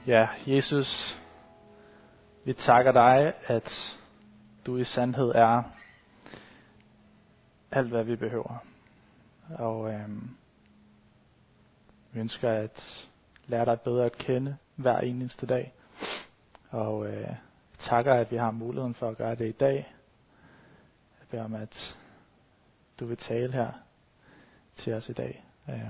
Ja, Jesus, vi takker dig, at du i sandhed er alt, hvad vi behøver. Og vi ønsker at lære dig bedre at kende hver eneste dag. Og vi takker, at vi har muligheden for at gøre det i dag. Jeg beder om, at du vil tale her til os i dag.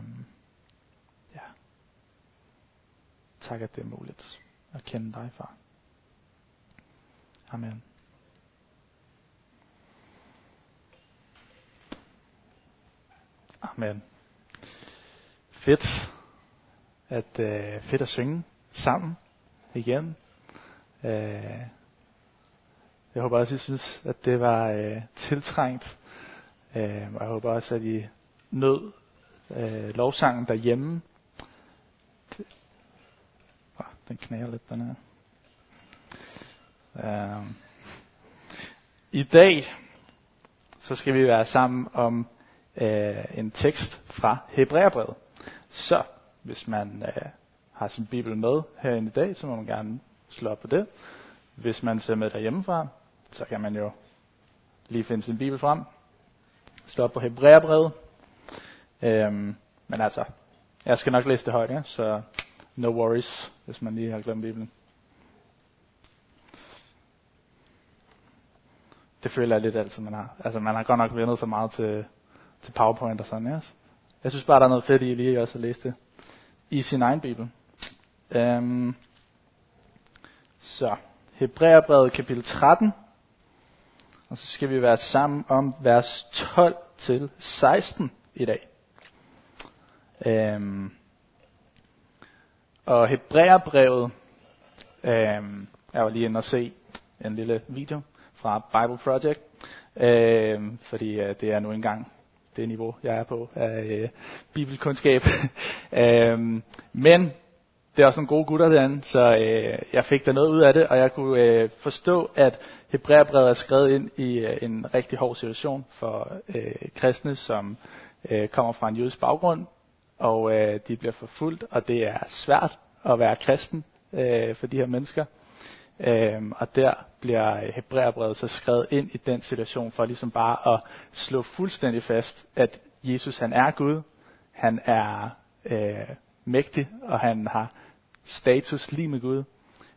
Tak, at det er muligt at kende dig, far. Amen. Amen. Fedt at synge sammen igen. Jeg håber også, I synes, at det var tiltrængt. Og jeg håber også, at I nød lovsangen derhjemme. Den knager lidt, den her. I dag så skal vi være sammen om en tekst fra Hebræerbrevet. Så hvis man har sin bibel med herinde i dag, så må man gerne slå op på det. Hvis man ser med derhjemmefra, så kan man jo lige finde sin bibel frem. Slå op på Hebræerbrevet. Men altså, jeg skal nok læse det højt, ja, så no worries, hvis man lige har glemt Bibelen. Det føler jeg lidt altid, man har. Altså, man har godt nok vendet så meget til PowerPoint og sådan, ja. Jeg synes bare, der er noget fedt i lige også at læse det i sin egen Bibel. Så, Hebræerbrevet kapitel 13. Og så skal vi være sammen om vers 12-16 i dag. Og Hebræerbrevet, jeg var lige inde og se en lille video fra Bible Project, fordi det er nu engang det niveau, jeg er på af bibelkundskab. Men det er også nogle gode gutter derinde, så jeg fik der noget ud af det, og jeg kunne forstå, at Hebræerbrevet er skrevet ind i en rigtig hård situation for kristne, som kommer fra en jødisk baggrund, og de bliver forfulgt, og det er svært at være kristen for de her mennesker. Og der bliver Hebræerbrevet så skrevet ind i den situation, for ligesom bare at slå fuldstændig fast, at Jesus han er Gud, han er mægtig, og han har status lige med Gud.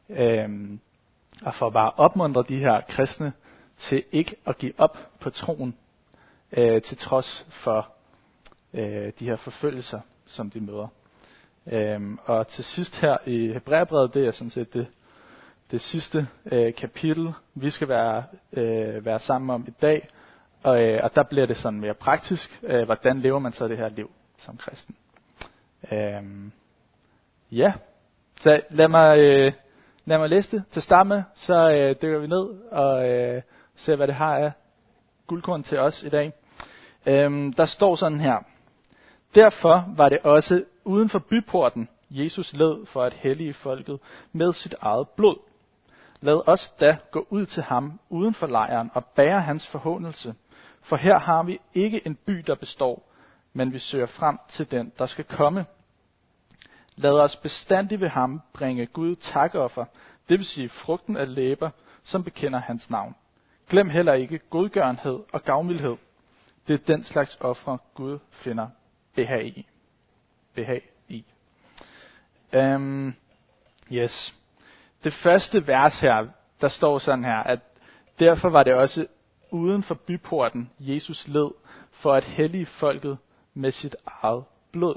Og for bare at opmuntre de her kristne til ikke at give op på troen, til trods for de her forfølgelser, som de møder. Og til sidst her i Hebræerbrevet, det er sådan set det sidste kapitel, vi skal være sammen om i dag. Og der bliver det sådan mere praktisk, hvordan lever man så det her liv som kristen. Så lad mig læse det til start med, så dykker vi ned og ser, hvad det har af guldkorn til os i dag. Der står sådan her: Derfor var det også uden for byporten, Jesus led for at hellige folket med sit eget blod. Lad os da gå ud til ham uden for lejren og bære hans forhånelse, for her har vi ikke en by, der består, men vi søger frem til den, der skal komme. Lad os bestandig ved ham bringe Gud takoffer, det vil sige frugten af læber, som bekender hans navn. Glem heller ikke godgørenhed og gavmildhed. Det er den slags ofre, Gud finder behag i. Yes. Det første vers her, der står sådan her, at derfor var det også uden for byporten, Jesus led for at hellige folket med sit eget blod.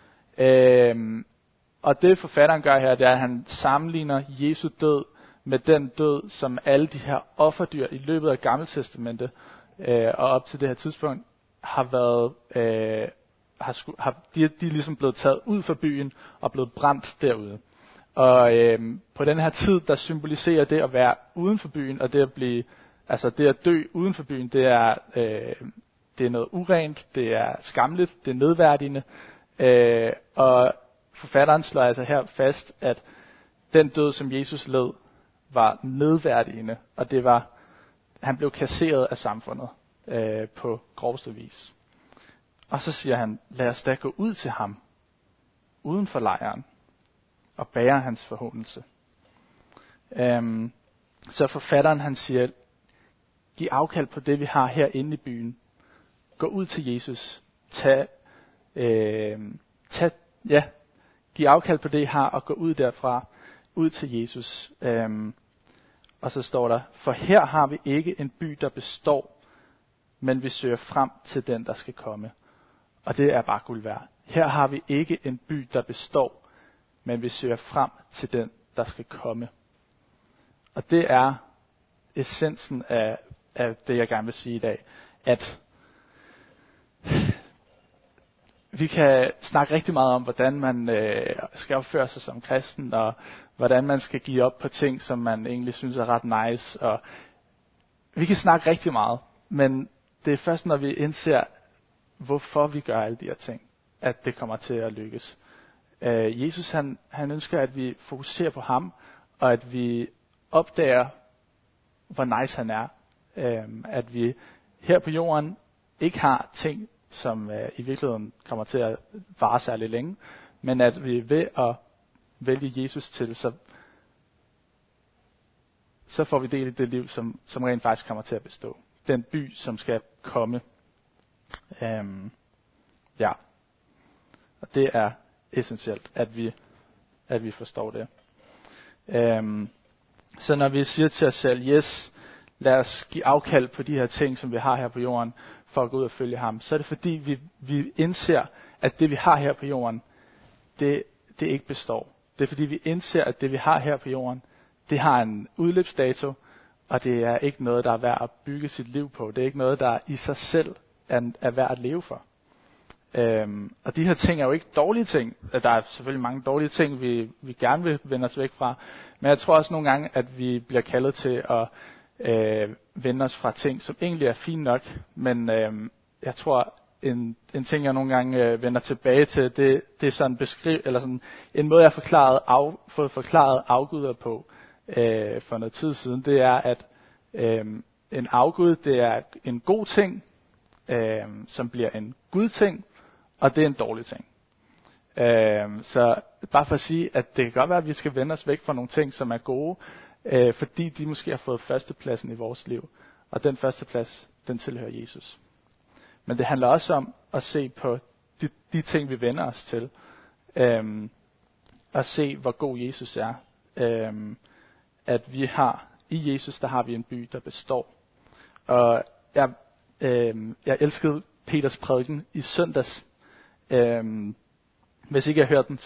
Og det forfatteren gør her, det er, at han sammenligner Jesu død med den død, som alle de her offerdyr i løbet af Gamle Testamente og op til det her tidspunkt har været, de er ligesom blevet taget ud fra byen og blevet brændt derude. Og på den her tid, der symboliserer det at være uden for byen, og det at dø uden for byen, det er noget urent, det er skamligt, det er nedværdigende. Og forfatteren slår altså her fast, at den død, som Jesus led, var nedværdigende, og han blev kasseret af samfundet på groveste vis. Og så siger han, lad os da gå ud til ham, uden for lejren, og bære hans forhåndelse. Så forfatteren han siger, giv afkald på det, vi har herinde i byen. Gå ud til Jesus. Giv afkald på det, I har, og gå ud derfra, ud til Jesus. Og så står der, for her har vi ikke en by, der består, men vi søger frem til den, der skal komme. Og det er bare guld værd. Her har vi ikke en by, der består, men vi søger frem til den, der skal komme. Og det er essensen af det, jeg gerne vil sige i dag. At vi kan snakke rigtig meget om, hvordan man skal opføre sig som kristen, og hvordan man skal give op på ting, som man egentlig synes er ret nice. Og vi kan snakke rigtig meget, men det er først, når vi indser, hvorfor vi gør alle de her ting, at det kommer til at lykkes. Jesus han ønsker, at vi fokuserer på ham, og at vi opdager, hvor nice han er. At vi her på jorden ikke har ting, som i virkeligheden kommer til at vare særlig længe, men at vi ved at vælge Jesus til, så får vi del i det liv, som rent faktisk kommer til at bestå. Den by, som skal komme. Og det er essentielt, at vi forstår det. Så når vi siger til os selv, yes, lad os give afkald på de her ting, som vi har her på jorden, for at gå ud og følge ham, så er det fordi, vi indser, at det vi har her på jorden, det ikke består. Det er fordi, vi indser, at det vi har her på jorden, det har en udløbsdato, og det er ikke noget, der er værd at bygge sit liv på. Det er ikke noget, der i sig selv er værd at leve for. Og de her ting er jo ikke dårlige ting. Der er selvfølgelig mange dårlige ting, vi gerne vil vende os væk fra. Men jeg tror også nogle gange, at vi bliver kaldet til at vende os fra ting, som egentlig er fint nok. Men jeg tror, en ting, jeg nogle gange vender tilbage til, det er sådan sådan en måde, jeg fået forklaret afguder på for noget tid siden. Det er, at en afgud, det er en god ting, som bliver en gudting, og det er en dårlig ting. Så bare for at sige, at det kan godt være, at vi skal vende os væk fra nogle ting, som er gode, fordi de måske har fået førstepladsen i vores liv. Og den førsteplads, den tilhører Jesus. Men det handler også om at se på de ting, vi vender os til. Og se, hvor god Jesus er. At vi har, i Jesus, der har vi en by, der består. Og jeg elskede Peters prædiken i søndags. Hvis ikke jeg har hørt den,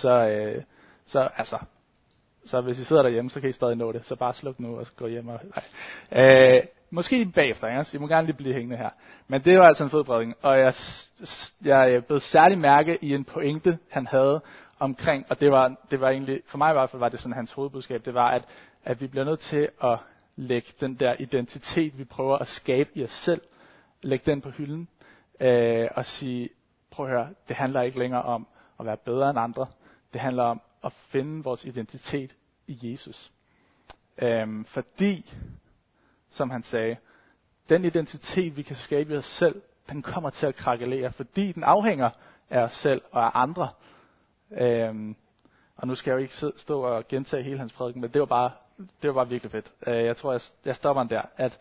så hvis I sidder derhjemme, så kan I stadig nå det. Så bare sluk nu og gå hjem. Måske bagefter, ikke? Så I må gerne lige blive hængende her. Men det var altså en fed prædiken. Og jeg blev særlig mærke i en pointe, han havde omkring, og det var egentlig, for mig i hvert fald var det sådan hans hovedbudskab, det var, at vi bliver nødt til at lægge den der identitet, vi prøver at skabe i os selv, lægge den på hylden, og sige, prøv at høre, det handler ikke længere om at være bedre end andre. Det handler om at finde vores identitet i Jesus. Fordi, som han sagde, den identitet, vi kan skabe i os selv, den kommer til at krakelere, fordi den afhænger af os selv og af andre. Og nu skal jeg jo ikke stå og gentage hele hans prædiken, men det var bare virkelig fedt. Jeg tror, jeg stopper den der, at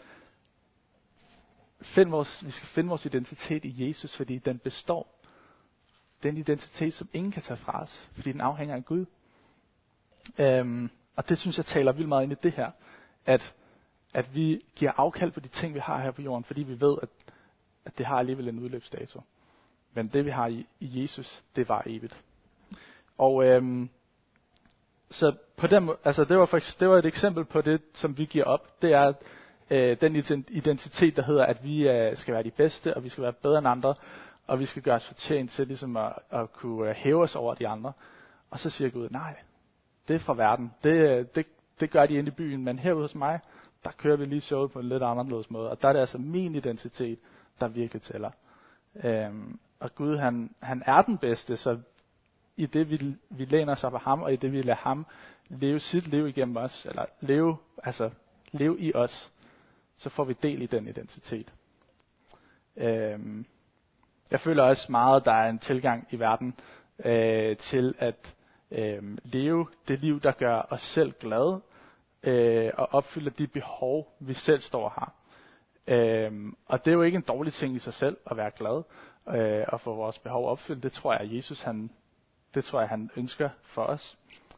vi skal finde vores identitet i Jesus, fordi den består. Den identitet, som ingen kan tage fra os, fordi den afhænger af Gud. Og det synes jeg taler vildt meget ind i det her, at vi giver afkald på de ting, vi har her på jorden, fordi vi ved, at det har alligevel en udløbsdato. Men det, vi har i Jesus, det var evigt. Og så på den måde, altså det var et eksempel på det, som vi giver op. Det er den identitet, der hedder, at vi skal være de bedste, og vi skal være bedre end andre, og vi skal gøre os fortjent til ligesom at kunne hæve os over de andre. Og så siger Gud, nej, det er fra verden. Det gør de inde i byen, men herude hos mig, der kører vi lige showet på en lidt anderledes måde. Og der er det altså min identitet, der virkelig tæller. Og Gud, han er den bedste, så i det vi læner os op af ham, og i det vi lader ham leve sit liv igennem os, eller leve i os, så får vi del i den identitet. Jeg føler også meget, der er en tilgang i verden til, at leve det liv, der gør os selv glade, og opfylder de behov, vi selv står og har. Og det er jo ikke en dårlig ting i sig selv at være glad og få vores behov opfyldt. Det tror jeg, Jesus han ønsker for os.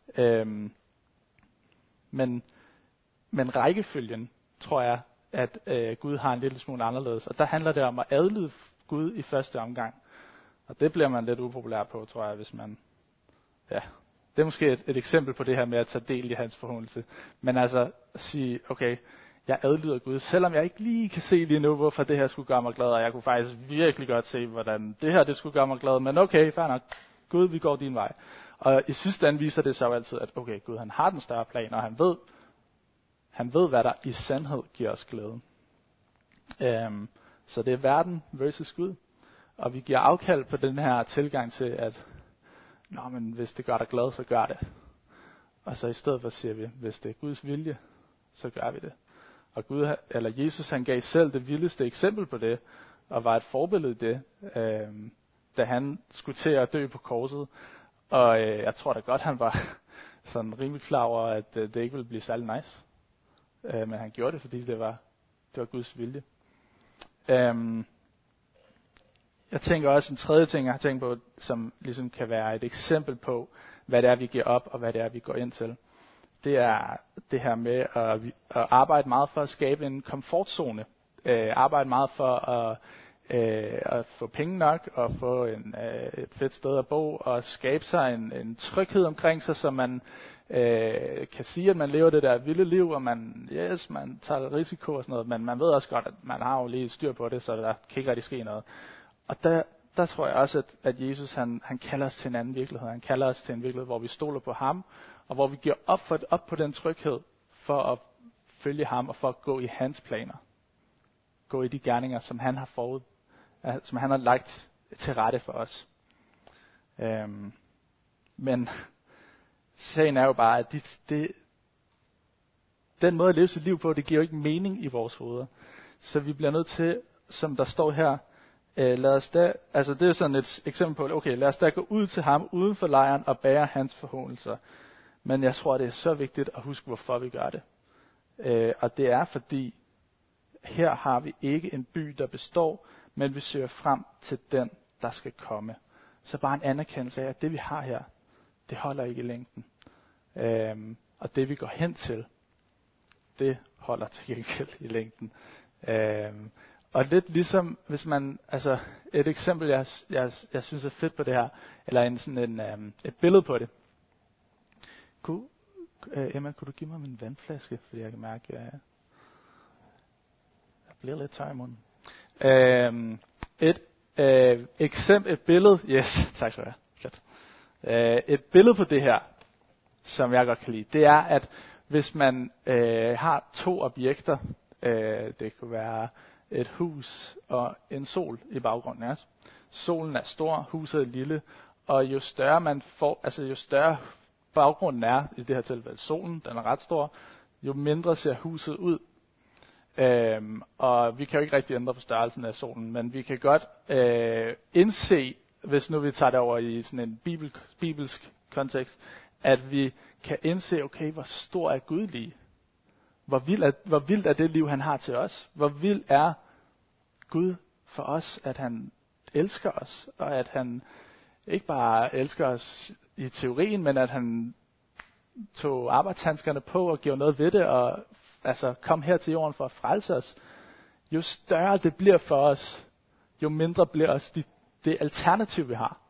Men rækkefølgen, tror jeg, at Gud har en lille smule anderledes. Og der handler det om at adlyde Gud i første omgang. Og det bliver man lidt upopulær på, tror jeg, hvis man... Ja, det er måske et eksempel på det her med at tage del i hans forhåndelse. Men altså at sige, okay, jeg adlyder Gud, selvom jeg ikke lige kan se lige nu, hvorfor det her skulle gøre mig glad, og jeg kunne faktisk virkelig godt se, hvordan det her det skulle gøre mig glad, men okay, fair nok, Gud, vi går din vej. Og i sidste ende viser det sig jo altid, at okay, Gud han har den større plan, og han ved, hvad der i sandhed giver os glæde. Så det er verden versus Gud. Og vi giver afkald på den her tilgang til, at men hvis det gør dig glad, så gør det. Og så i stedet for siger vi, hvis det er Guds vilje, så gør vi det. Og Jesus han gav selv det vildeste eksempel på det, og var et forbillede i det, da han skulle til at dø på korset. Og jeg tror da godt, han var sådan rimelig klar over, at det ikke ville blive særlig nice. Men han gjorde det, fordi det var Guds vilje. Jeg tænker også en tredje ting, jeg har tænkt på, som ligesom kan være et eksempel på, hvad det er, vi giver op, og hvad det er, vi går ind til. Det er det her med at arbejde meget for at skabe en komfortzone. Arbejde meget for at få penge nok, og få et fedt sted at bo, og skabe sig en tryghed omkring sig, så man kan sige, at man lever det der vilde liv, og man tager risiko og sådan noget, men man ved også godt, at man har jo lige styr på det, så der kan ikke rigtig ske noget. Og der tror jeg også, at Jesus han kalder os til en anden virkelighed. Han kalder os til en virkelighed, hvor vi stoler på ham, og hvor vi giver op på den tryghed, for at følge ham, og for at gå i hans planer. Gå i de gerninger, som han har lagt til rette for os. Men sagen er jo bare, at den måde at leve sit liv på, det giver jo ikke mening i vores hoveder. Så vi bliver nødt til, som der står her, lad os da, altså det er sådan et eksempel på, okay, lad os da gå ud til ham uden for lejren og bære hans forhåndelser. Men jeg tror, det er så vigtigt at huske, hvorfor vi gør det. Og det er fordi, her har vi ikke en by, der består, men vi søger frem til den, der skal komme. Så bare en anerkendelse af, at det vi har her, det holder ikke i længden. Og det vi går hen til, det holder til gengæld i længden. Og lidt ligesom, hvis man, altså et eksempel, jeg synes er fedt på det her, eller et billede på det. Emma, kunne du give mig min vandflaske, fordi jeg kan mærke, at jeg bliver lidt tør i munden. Et billede, yes, tak skal du have. Et billede på det her, som jeg godt kan lide, det er, at hvis man har to objekter, det kunne være et hus og en sol i baggrunden. Ja. Solen er stor, huset er lille, og jo større man får, altså jo større baggrunden er, i det her tilfælde solen, den er ret stor, jo mindre ser huset ud. Og vi kan jo ikke rigtig ændre på størrelsen af solen, men vi kan godt indse, hvis nu vi tager det over i sådan en bibelsk kontekst, at vi kan indse, okay, hvor stor er Gud lige? Hvor vildt er det liv, han har til os? Hvor vild er Gud for os, at han elsker os, og at han ikke bare elsker os i teorien, men at han tog arbejdshandskerne på og gjorde noget ved det, og altså kom her til jorden for at frelse os. Jo større det bliver for os, jo mindre bliver også det alternativ, vi har.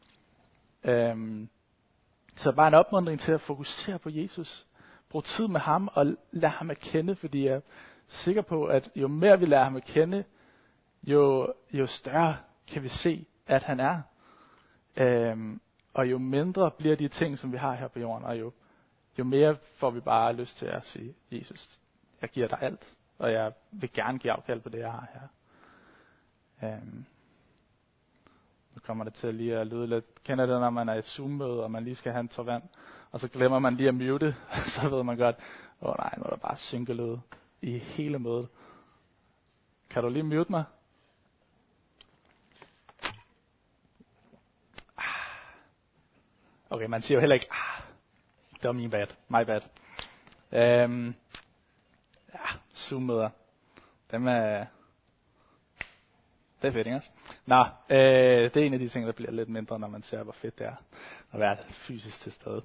Så bare en opmuntring til at fokusere på Jesus. Brug tid med ham og lad ham at kende, fordi jeg er sikker på, at jo mere vi lærer ham at kende, jo større kan vi se, at han er. Og jo mindre bliver de ting, som vi har her på jorden, og jo mere får vi bare lyst til at sige, Jesus, jeg giver dig alt, og jeg vil gerne give afkald på det, jeg har her. Nu kommer det til lige at lyde lidt. Kender det, når man er i et Zoom-møde, og man lige skal have en tår vand, og så glemmer man lige at mute, så ved man godt, nej, nu er der bare synkelyd i hele mødet. Kan du lige mute mig? Okay, man siger jo heller ikke, det var min bad, my bad. Zoom-møder. Dem er... Det er fedt, ikke også? Nå, det er en af de ting, der bliver lidt mindre, når man ser, hvor fedt det er at være fysisk til stede.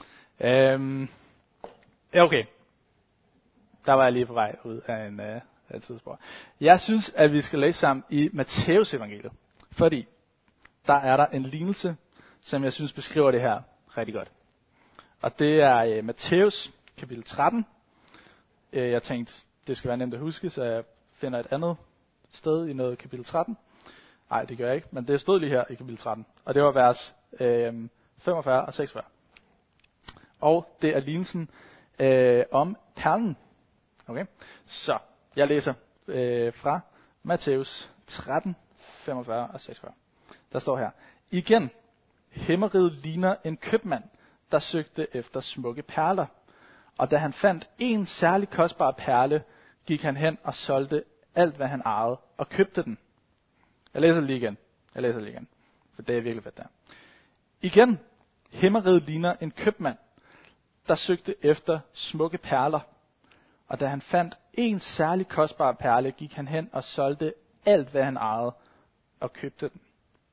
Okay. Der var jeg lige på vej ud af en tidsspor. Jeg synes, at vi skal læse sammen i Matteus evangeliet. Fordi der er der en lignelse, som jeg synes beskriver det her rigtig godt. Og det er Matteus kapitel 13. Jeg tænkte, det skal være nemt at huske, så jeg finder et andet sted i noget kapitel 13. Nej, det gør jeg ikke, men det stod lige her i kapitel 13. Og det var vers 45 og 46. Og det er lignelsen om perlen. Okay, så jeg læser fra Matteus 13, 45 og 46. Der står her: Igen, himmeriget ligner en købmand, der søgte efter smukke perler. Og da han fandt en særlig kostbar perle, gik han hen og solgte alt, hvad han ejede, og købte den. Jeg læser det lige igen, for det er virkelig fedt der. Igen, himmeriget ligner en købmand, der søgte efter smukke perler. Og da han fandt en særlig kostbar perle, gik han hen og solgte alt, hvad han ejede, og købte den.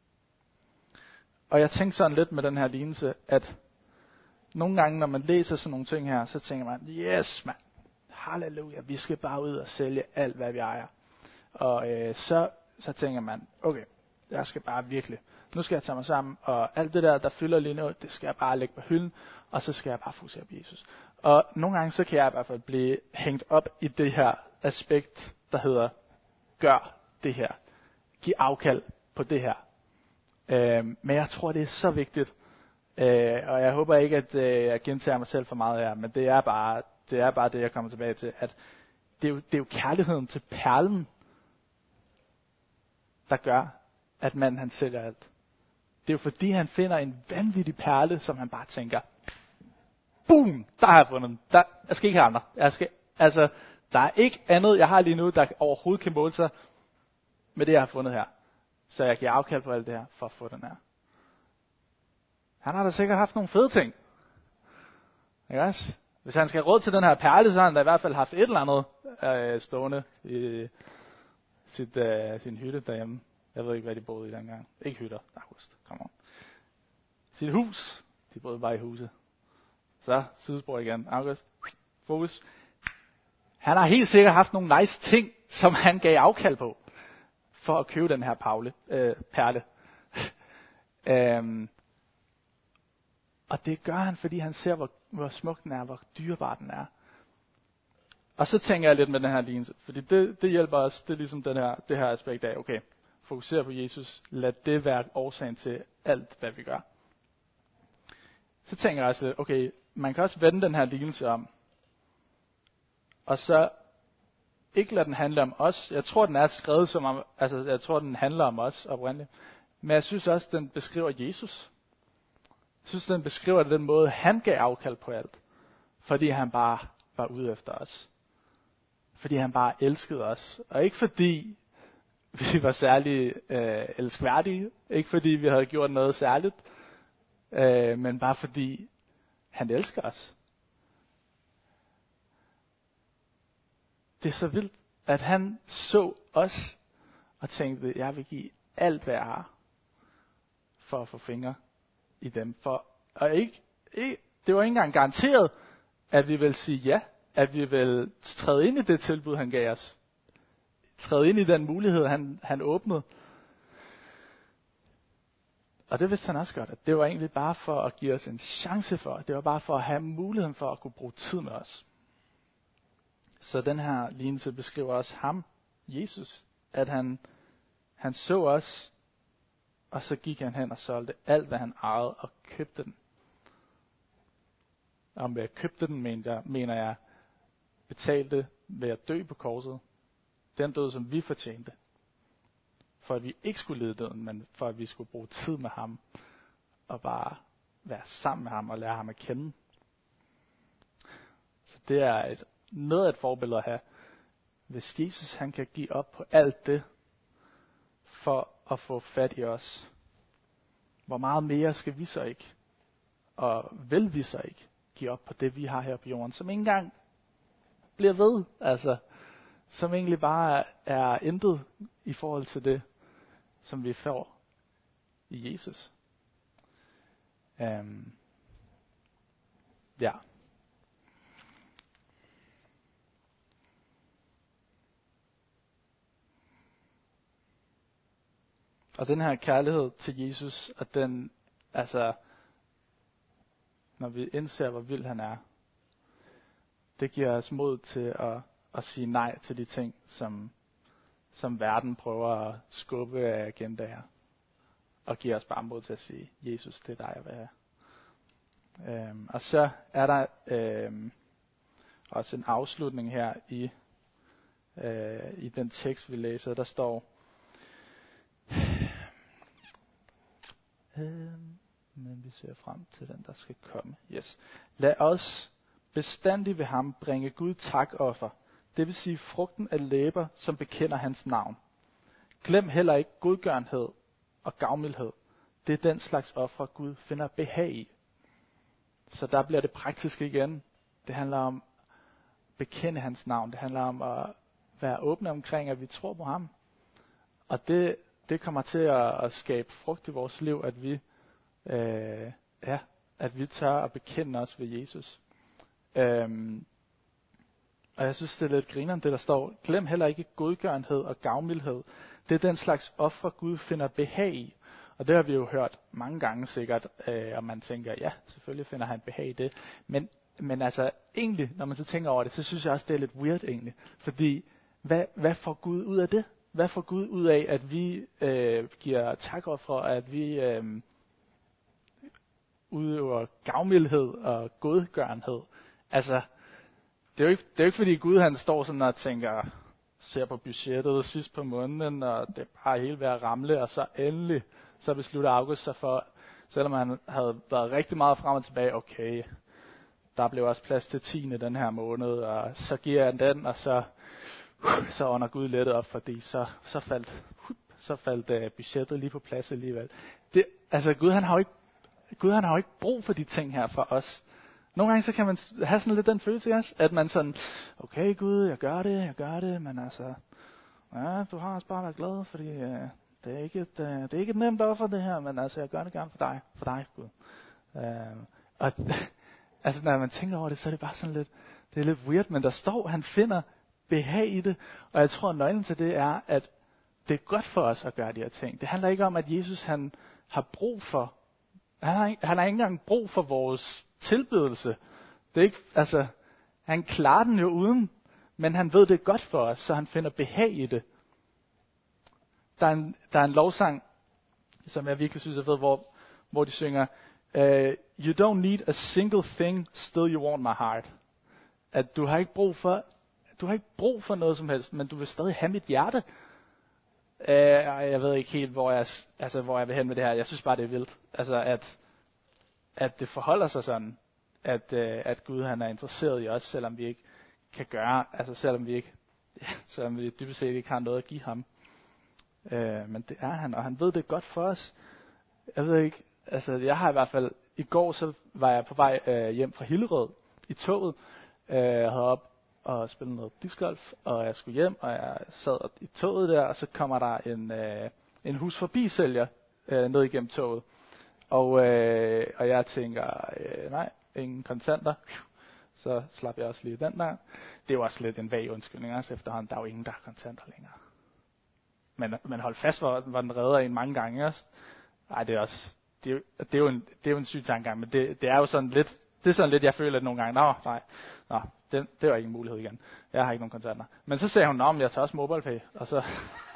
Og jeg tænkte sådan lidt med den her lignelse, at nogle gange, når man læser sådan nogle ting her, så tænker man, yes mand, halleluja, vi skal bare ud og sælge alt, hvad vi ejer. Og så tænker man, okay, jeg skal bare virkelig, nu skal jeg tage mig sammen, og alt det der fylder lige nu, det skal jeg bare lægge på hylden, og så skal jeg bare fokusere på Jesus. Og nogle gange, så kan jeg i hvert fald blive hængt op i det her aspekt, der hedder, gør det her. Giv afkald på det her. Men jeg tror, det er så vigtigt, og jeg håber ikke, at jeg gentager mig selv for meget her, men det er bare det, jeg kommer tilbage til, at det er jo kærligheden til perlen, der gør, at manden han sælger alt. Det er jo fordi, han finder en vanvittig perle, som han bare tænker, boom, der har jeg fundet den. Jeg skal ikke have andre. Der er ikke andet, jeg har lige nu, der overhovedet kan måle sig med det, jeg har fundet her. Så jeg giver afkald på alt det her, for at få den her. Han har da sikkert haft nogle fede ting. Ikke også? Hvis han skal have råd til den her perle, så har han da i hvert fald haft et eller andet stående i sin hytte derhjemme. Jeg ved ikke, hvad de boede i dengang. Ikke hytter. August. Kom on. Sit hus. De boede bare i huset. Så, sidespor igen. August. Fokus. Han har helt sikkert haft nogle nice ting, som han gav afkald på, for at købe den her perle. Og det gør han, fordi han ser, hvor smuk den er, hvor dyrebar den er. Og så tænker jeg lidt med den her lignelse, fordi det hjælper os, det er ligesom det her aspekt af, okay, fokusere på Jesus, lad det være årsagen til alt, hvad vi gør. Så tænker jeg også, okay, man kan også vende den her lignelse om, og så ikke lade den handle om os. Jeg tror, den er skrevet som om, jeg tror, den handler om os oprindeligt. Men jeg synes også, den beskriver Jesus. Jeg synes, den beskriver den måde, han gav afkald på alt. Fordi han bare var ude efter os. Fordi han bare elskede os. Og ikke fordi vi var særlig elskværdige. Ikke fordi vi havde gjort noget særligt. Men bare fordi han elsker os. Det er så vildt, at han så os og tænkte, jeg vil give alt, hvad jeg har, for at få fingre i dem. Og det var ikke engang garanteret, at vi vil sige ja, at vi vil træde ind i det tilbud, han gav os. Træde ind i den mulighed, han åbnede. Og det vidste han også godt, at det var egentlig bare for at give os en chance for, det var bare for at have muligheden for at kunne bruge tid med os. Så den her lignelse beskriver også ham, Jesus, at han så os, og så gik han hen og solgte alt, hvad han ejede, og købte den. Og med at købte den, mener jeg, betalte ved at dø på korset. Den død, som vi fortjente. For at vi ikke skulle lide døden, men for at vi skulle bruge tid med ham, og bare være sammen med ham, og lære ham at kende. Så det er noget af et forbillede at have. Hvis Jesus han kan give op på alt det, for at få fat i os, hvor meget mere skal vi så ikke Og vil vi så ikke give op på det, vi har her på jorden, som ikke engang bliver ved, altså som egentlig bare er intet i forhold til det, som vi får i Jesus. Ja. Og den her kærlighed til Jesus, at den, altså, når vi indser, hvor vild han er, det giver os mod til at sige nej til de ting, som verden prøver at skubbe af agendaer. Og giver os bare mod til at sige, Jesus, det er dig, jeg vil have. Og så er der også en afslutning her i den tekst, vi læser. Der står, men vi ser frem til den, der skal komme. Yes. Lad os bestandig ved ham bringe Gud takoffer, det vil sige frugten af læber, som bekender hans navn. Glem heller ikke godgørenhed og gavmildhed. Det er den slags ofre, Gud finder behag i. Så der bliver det praktisk igen. Det handler om at bekende hans navn. Det handler om at være åbne omkring, at vi tror på ham. Og det kommer til at skabe frugt i vores liv, at vi tør at bekende os ved Jesus. Og jeg synes, det er lidt grineren, det der står. Glem heller ikke godgørenhed og gavmildhed. Det er den slags ofre, Gud finder behag i. Og det har vi jo hørt mange gange sikkert, og man tænker, ja, selvfølgelig finder han behag i det. Men altså egentlig, når man så tænker over det, så synes jeg også, det er lidt weird egentlig. Fordi, hvad får Gud ud af det? Hvad får Gud ud af, at vi giver takoffer, at vi udøver gavmildhed og godgørenhed? Altså, det er jo ikke fordi Gud han står sådan og tænker, ser på budgettet sidst på måneden, og det er bare helt ved at ramle, og så endelig, så beslutter August sig for, selvom han havde været rigtig meget frem og tilbage, okay, der blev også plads til 10. den her måned, og så giver jeg den, og så ånder Gud lettet op, fordi så faldt budgettet lige på plads alligevel. Altså Gud han har jo ikke brug for de ting her for os. Nogle gange så kan man have sådan lidt den følelse også, at man sådan, okay Gud, jeg gør det, men altså, ja, du har også bare været glad, fordi det er ikke et nemt offer det her, men altså, jeg gør det gerne for dig Gud. Og altså, når man tænker over det, så er det bare sådan lidt, det er lidt weird, men der står, han finder behag i det, og jeg tror, at nøglen til det er, at det er godt for os at gøre de her ting. Det handler ikke om, at Jesus han har brug for, han har ikke engang brug for vores tilbedelse. Det er ikke, altså, han klarer den jo uden, men han ved det er godt for os, så han finder behag i det. Der er en lovsang, som jeg virkelig synes er fed, hvor de synger, You don't need a single thing, still you want my heart. At du har ikke brug for noget som helst, men du vil stadig have mit hjerte. Jeg ved ikke helt, hvor jeg vil hen med det her. Jeg synes bare, det er vildt. Altså, at det forholder sig sådan, at Gud han er interesseret i os, selvom vi ikke kan gøre, altså selvom vi dybest set ikke har noget at give ham. Men det er han, og han ved det godt for os. Jeg ved ikke, altså jeg har i hvert fald, i går så var jeg på vej hjem fra Hillerød i toget, jeg havde op og spillet noget discgolf, og jeg skulle hjem, og jeg sad i toget der, og så kommer der en hus forbi sælger ned igennem toget. Og jeg tænker, nej, ingen kontanter. Så slap jeg også lige den der. Det var også lidt en vag undskyldning også efterhånden. Der er jo ingen, der har kontanter længere. Men hold fast, hvor den redder en mange gange også. Nej, det er jo en syg tankegang, men det er jo sådan lidt, det er sådan lidt, jeg føler det nogle gange. Det var ikke en mulighed igen. Jeg har ikke nogen kontanter. Men så sagde hun, men jeg tager også MobilePay. Og så,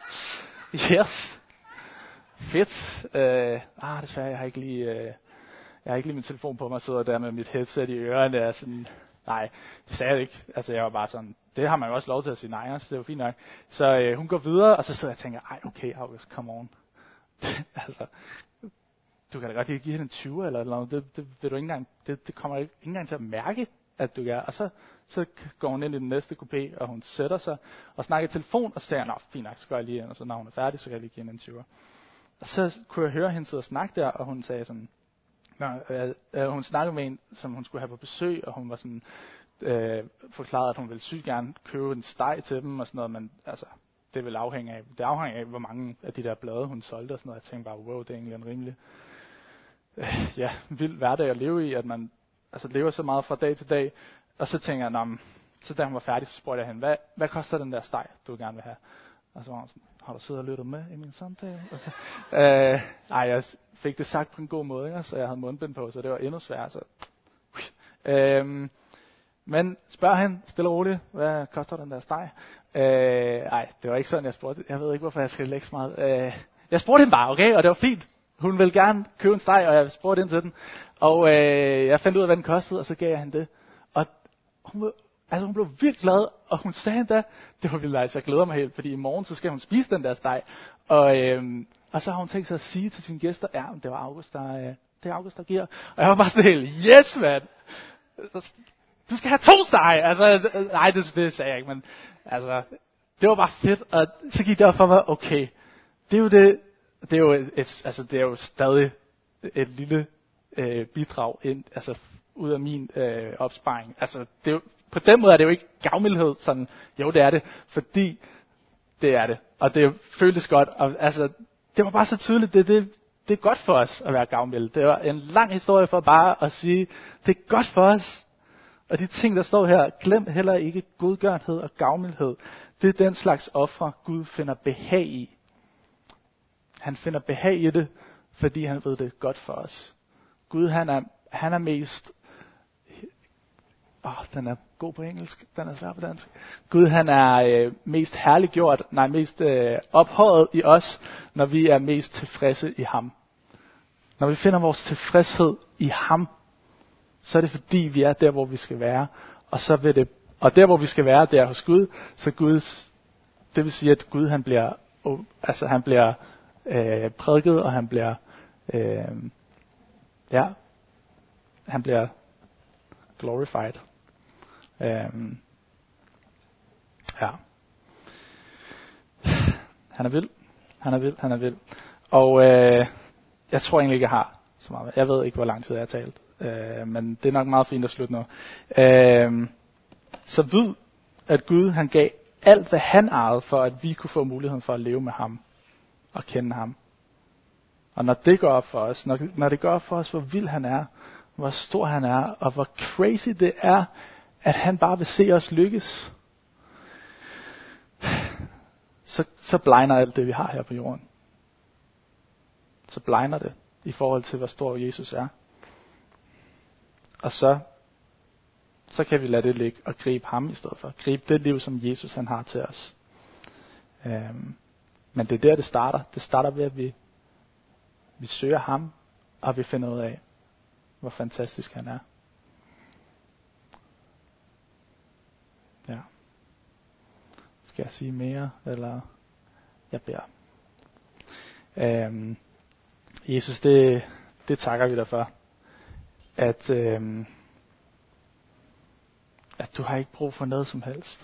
yes, fedt. Desværre, jeg har ikke lige min telefon på mig, sidder der med mit headset i ørerne. Og sådan, nej, det sagde jeg ikke. Altså, jeg var bare sådan, det har man jo også lov til at sige nej, så det var fint nok. Så hun går videre, og så sidder jeg og tænker, okay, August, come on. Altså, du kan da godt lige give hende en 20 eller noget. Det vil du ikke engang, det kommer ikke engang til at mærke, at du gør. Og så går hun ind i den næste kupé, og hun sætter sig og snakker i telefon, og så siger jeg, fint nok, så går jeg lige ind, og så når hun er færdig, så kan jeg lige give hende en 20. Og så kunne jeg høre hende sidde og snakke der, og hun sagde sådan, Hun snakkede med en, som hun skulle have på besøg, og hun var sådan forklarede, at hun ville sygt gerne købe en steg til dem og sådan noget, men altså, det vil afhænge af, hvor mange af de der blade, hun solgte og sådan noget. Jeg tænkte bare, wow, det er egentlig en rimelig vild hverdag at leve i, at man altså lever så meget fra dag til dag. Og så tænker jeg, så da hun var færdig, så spurgte jeg hende, hvad koster den der steg, du gerne vil have? Og så var hun sådan, har du siddet og lyttet med i min samtale? Og så, jeg fik det sagt på en god måde, ikke? Så jeg havde mundbind på, så det var endnu sværere. Så. Men spørg hende stille og roligt, hvad koster den der steg? Det var ikke sådan, jeg spurgte. Jeg ved ikke, hvorfor jeg skal lægge så meget. Jeg spurgte hende bare, okay, og det var fint. Hun ville gerne købe en steg, og jeg spurgte ind til den. Og jeg fandt ud af, hvad den kostede, og så gav jeg hende det. Og hun blev virkelig glad, og hun sagde endda, det var vildt nice, jeg glæder mig helt, fordi i morgen, så skal hun spise den der steg. Og så har hun tænkt sig at sige til sine gæster, det var August, der giver. Og jeg var bare sådan helt, yes, man! Du skal have 2 steg! Altså, nej, det sagde jeg ikke, men altså, det var bare fedt. Og så gik det op for mig, okay, det er jo det er jo stadig et lille bidrag ind, altså ud af min opsparing. Altså, det er jo, på den måde er det jo ikke gavmildhed, sådan, jo det er det, fordi det er det, og det føltes godt, og altså, det var bare så tydeligt, det er godt for os at være gavmild. Det var en lang historie for bare at sige, det er godt for os. Og de ting, der står her, glem heller ikke godgørenhed og gavmildhed. Det er den slags ofre, Gud finder behag i. Han finder behag i det, fordi han ved det er godt for os. Gud, han er mest... den er god på engelsk, den er svær på dansk. Gud, han er mest herliggjort, mest ophøjet i os, når vi er mest tilfredse i ham. Når vi finder vores tilfredshed i ham, så er det fordi, vi er der, hvor vi skal være. Og der, hvor vi skal være, det er hos Gud. Så det vil sige, at Gud, han bliver prædiket, og han bliver, han bliver glorified. Han er vild. Og jeg tror egentlig ikke, jeg har så meget. Jeg ved ikke, hvor lang tid jeg har talt. Men det er nok meget fint at slutte nu. Så vid, at Gud han gav alt, hvad han ejede, for at vi kunne få muligheden for at leve med ham og kende ham. Og når det går op for os, når det går op for os, hvor vild han er, hvor stor han er, og hvor crazy det er, at han bare vil se os lykkes, så blegner alt det, vi har her på jorden. Så blegner det i forhold til, hvor stor Jesus er. Og så kan vi lade det ligge og gribe ham i stedet for. Gribe det liv, som Jesus han har til os. Men det er der, det starter. Det starter ved, at vi søger ham, og vi finder ud af, hvor fantastisk han er. Ja. Skal jeg sige mere, eller jeg beder? Jesus, det takker vi dig for, at du har ikke brug for noget som helst.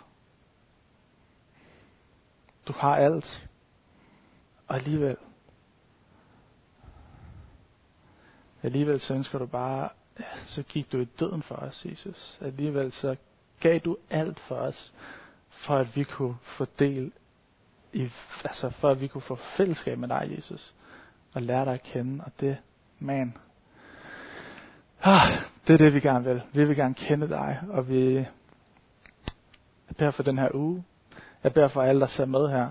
Du har alt, og alligevel så ønsker du bare, så gik du i døden for os, Jesus. Alligevel så gav du alt for os, for at vi kunne få del i, for at vi kunne få fællesskab med dig, Jesus, og lære dig at kende, og det, det er det, vi gerne vil. Vi vil gerne kende dig, og jeg beder for den her uge. Jeg beder for alle, der ser med her,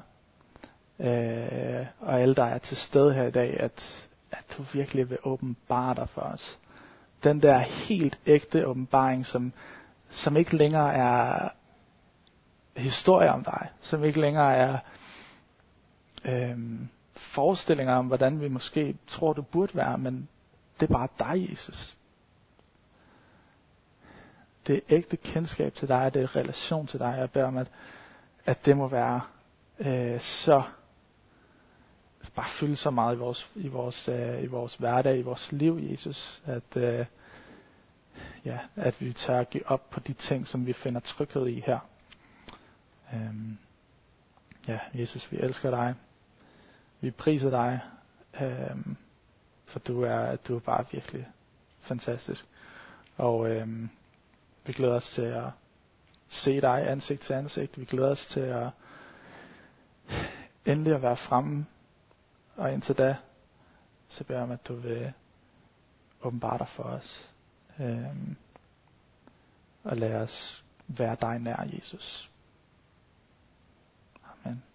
og alle, der er til stede her i dag, at du virkelig vil åbenbare dig for os. Den der helt ægte åbenbaring, som ikke længere er historie om dig, som ikke længere er forestillinger om, hvordan vi måske tror, du burde være, men det er bare dig, Jesus. Det er ægte kendskab til dig, det er relation til dig. Jeg beder om, at det må være så bare fylde så meget i vores hverdag, i vores liv, Jesus, at vi tør at give op på de ting, som vi finder tryghed i her. Jesus, vi elsker dig. Vi priser dig, for du er bare virkelig fantastisk. Og vi glæder os til at se dig ansigt til ansigt. Vi glæder os til at endelig at være fremme. Og indtil da, så beder jeg om, at du vil åbenbare dig for os. Og lad os være dig nær, Jesus. Amen.